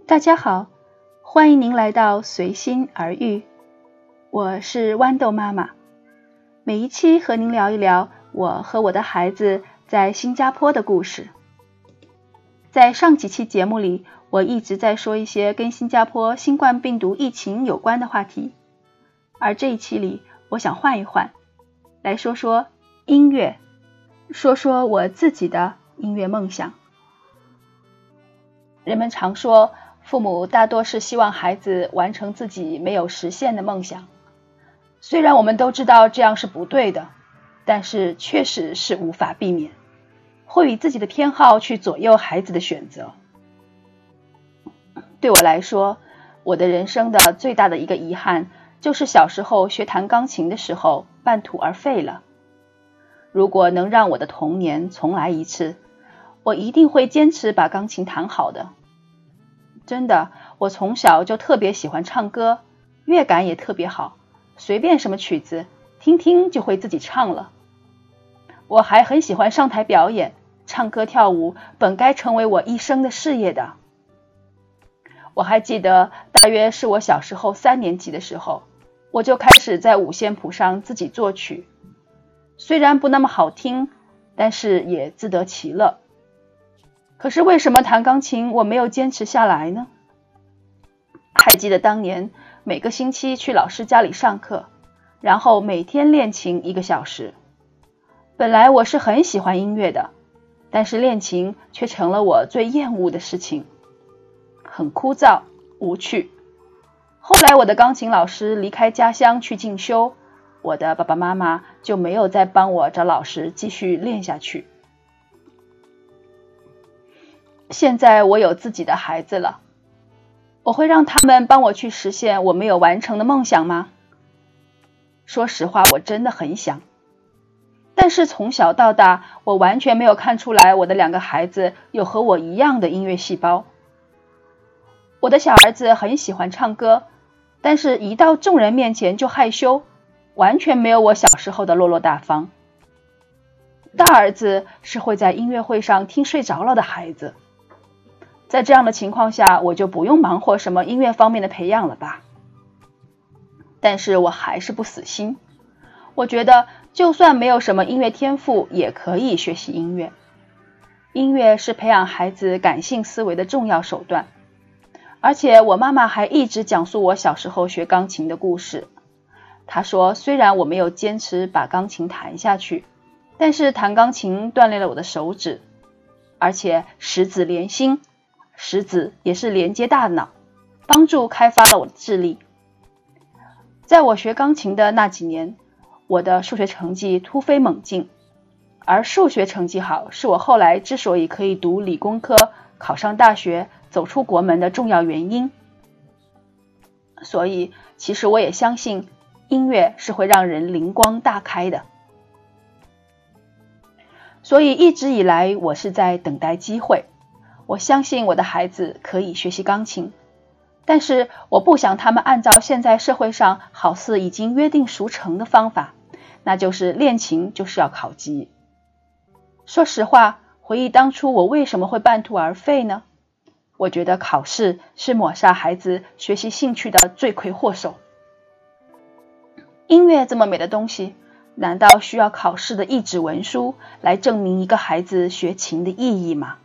大家好，欢迎您来到随心而遇，我是豌豆妈妈。每一期和您聊一聊我和我的孩子在新加坡的故事。在上几期节目里，我一直在说一些跟新加坡新冠病毒疫情有关的话题，而这一期里，我想换一换，来说说音乐，说说我自己的音乐梦想。人们常说，父母大多是希望孩子完成自己没有实现的梦想。虽然我们都知道这样是不对的，但是确实是无法避免，会以自己的偏好去左右孩子的选择。对我来说，我的人生的最大的一个遗憾，就是小时候学弹钢琴的时候半途而废了。如果能让我的童年重来一次，我一定会坚持把钢琴弹好的。真的，我从小就特别喜欢唱歌，乐感也特别好，随便什么曲子，听听就会自己唱了。我还很喜欢上台表演，唱歌跳舞本该成为我一生的事业的。我还记得，大约是我小时候3年级的时候，我就开始在五线谱上自己作曲。虽然不那么好听，但是也自得其乐。可是为什么弹钢琴我没有坚持下来呢？还记得当年每个星期去老师家里上课，然后每天练琴1个小时。本来我是很喜欢音乐的，但是练琴却成了我最厌恶的事情，很枯燥无趣。后来我的钢琴老师离开家乡去进修，我的爸爸妈妈就没有再帮我找老师继续练下去。现在我有自己的孩子了，我会让他们帮我去实现我没有完成的梦想吗？说实话，我真的很想。但是从小到大，我完全没有看出来我的2个孩子有和我一样的音乐细胞。我的小儿子很喜欢唱歌，但是一到众人面前就害羞，完全没有我小时候的落落大方。大儿子是会在音乐会上听睡着了的孩子。在这样的情况下，我就不用忙活什么音乐方面的培养了吧。但是我还是不死心，我觉得就算没有什么音乐天赋，也可以学习音乐。音乐是培养孩子感性思维的重要手段。而且我妈妈还一直讲述我小时候学钢琴的故事。她说，虽然我没有坚持把钢琴弹下去，但是弹钢琴锻炼了我的手指，而且识子连心，识子也是连接大脑，帮助开发了我的智力。在我学钢琴的那几年，我的数学成绩突飞猛进，而数学成绩好是我后来之所以可以读理工科，考上大学，走出国门的重要原因。所以其实我也相信音乐是会让人灵光大开的。所以一直以来我是在等待机会，我相信我的孩子可以学习钢琴，但是我不想他们按照现在社会上好似已经约定俗成的方法，那就是练琴就是要考级。说实话，回忆当初我为什么会半途而废呢？我觉得考试是抹杀孩子学习兴趣的罪魁祸首。音乐这么美的东西，难道需要考试的一纸文书来证明一个孩子学琴的意义吗？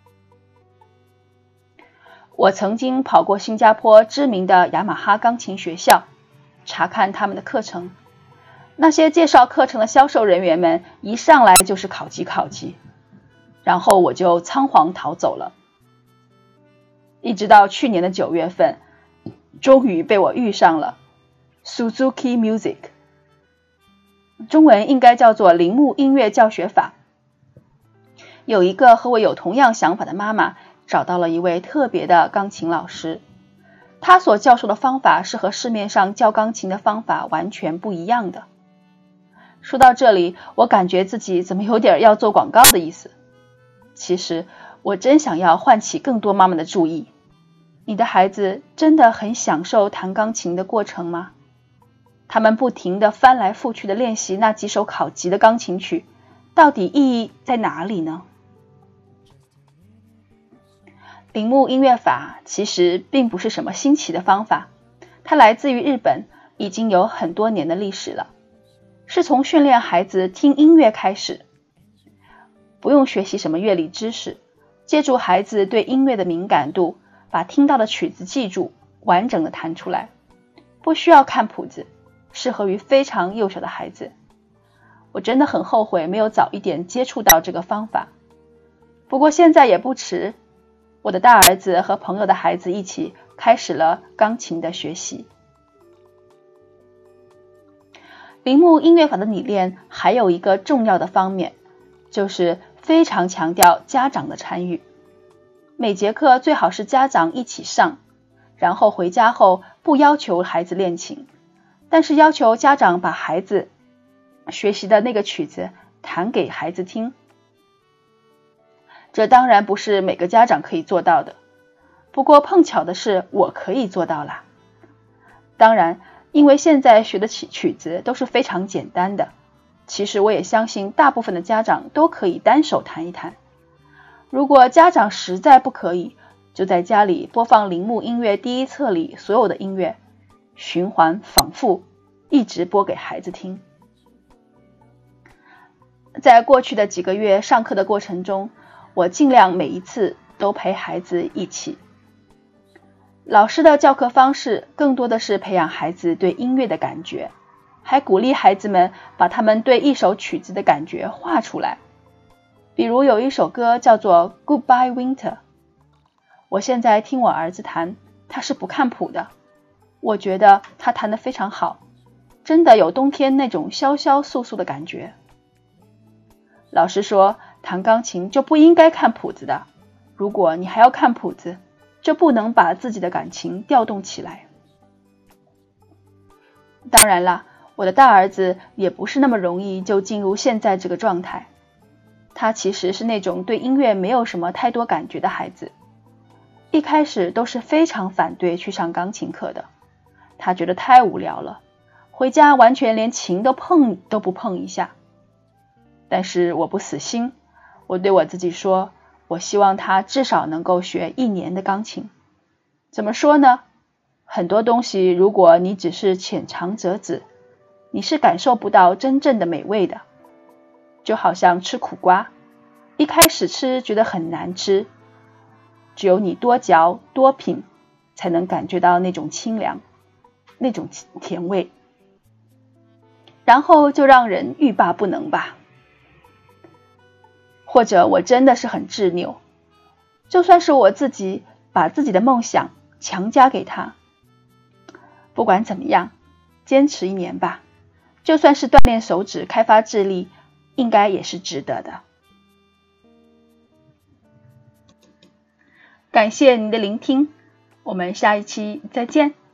我曾经跑过新加坡知名的雅马哈钢琴学校，查看他们的课程。那些介绍课程的销售人员们一上来就是考级，然后我就仓皇逃走了。一直到去年的9月份，终于被我遇上了 Suzuki Music， 中文应该叫做铃木音乐教学法。有一个和我有同样想法的妈妈找到了一位特别的钢琴老师，他所教授的方法是和市面上教钢琴的方法完全不一样的。说到这里，我感觉自己怎么有点要做广告的意思。其实我真想要唤起更多妈妈的注意。你的孩子真的很享受弹钢琴的过程吗？他们不停地翻来覆去地练习那几首考级的钢琴曲，到底意义在哪里呢？ 铃木音乐法其实并不是什么新奇的方法，它来自于日本，已经有很多年的历史了，是从训练孩子听音乐开始，不用学习什么乐理知识，借助孩子对音乐的敏感度，把听到的曲子记住，完整的弹出来，不需要看谱子，适合于非常幼小的孩子。我真的很后悔没有早一点接触到这个方法，不过现在也不迟，我的大儿子和朋友的孩子一起开始了钢琴的学习。铃木音乐法的理念还有一个重要的方面，就是非常强调家长的参与。每节课最好是家长一起上，然后回家后不要求孩子练琴，但是要求家长把孩子学习的那个曲子弹给孩子听。这当然不是每个家长可以做到的，不过碰巧的是我可以做到啦。当然，因为现在学的曲子都是非常简单的，其实我也相信大部分的家长都可以单手弹一弹。如果家长实在不可以，就在家里播放铃木音乐第一册里所有的音乐，循环反复，一直播给孩子听。在过去的几个月上课的过程中，我尽量每一次都陪孩子一起。老师的教课方式更多的是培养孩子对音乐的感觉，还鼓励孩子们把他们对一首曲子的感觉画出来。比如有一首歌叫做 Goodbye Winter， 我现在听我儿子弹，他是不看谱的，我觉得他弹得非常好，真的有冬天那种萧萧肃肃的感觉。老师说，弹钢琴就不应该看谱子的，如果你还要看谱子，就不能把自己的感情调动起来。当然啦，我的大儿子也不是那么容易就进入现在这个状态，他其实是那种对音乐没有什么太多感觉的孩子，一开始都是非常反对去上钢琴课的，他觉得太无聊了，回家完全连琴都不碰一下。但是我不死心，我对我自己说，我希望他至少能够学1年的钢琴。怎么说呢？很多东西如果你只是浅尝辄止，你是感受不到真正的美味的。就好像吃苦瓜，一开始吃觉得很难吃，只有你多嚼多品，才能感觉到那种清凉，那种甜味，然后就让人欲罢不能吧。或者我真的是很执拗，就算是我自己把自己的梦想强加给他，不管怎么样，坚持1年吧，就算是锻炼手指开发智力，应该也是值得的。感谢您的聆听，我们下一期再见。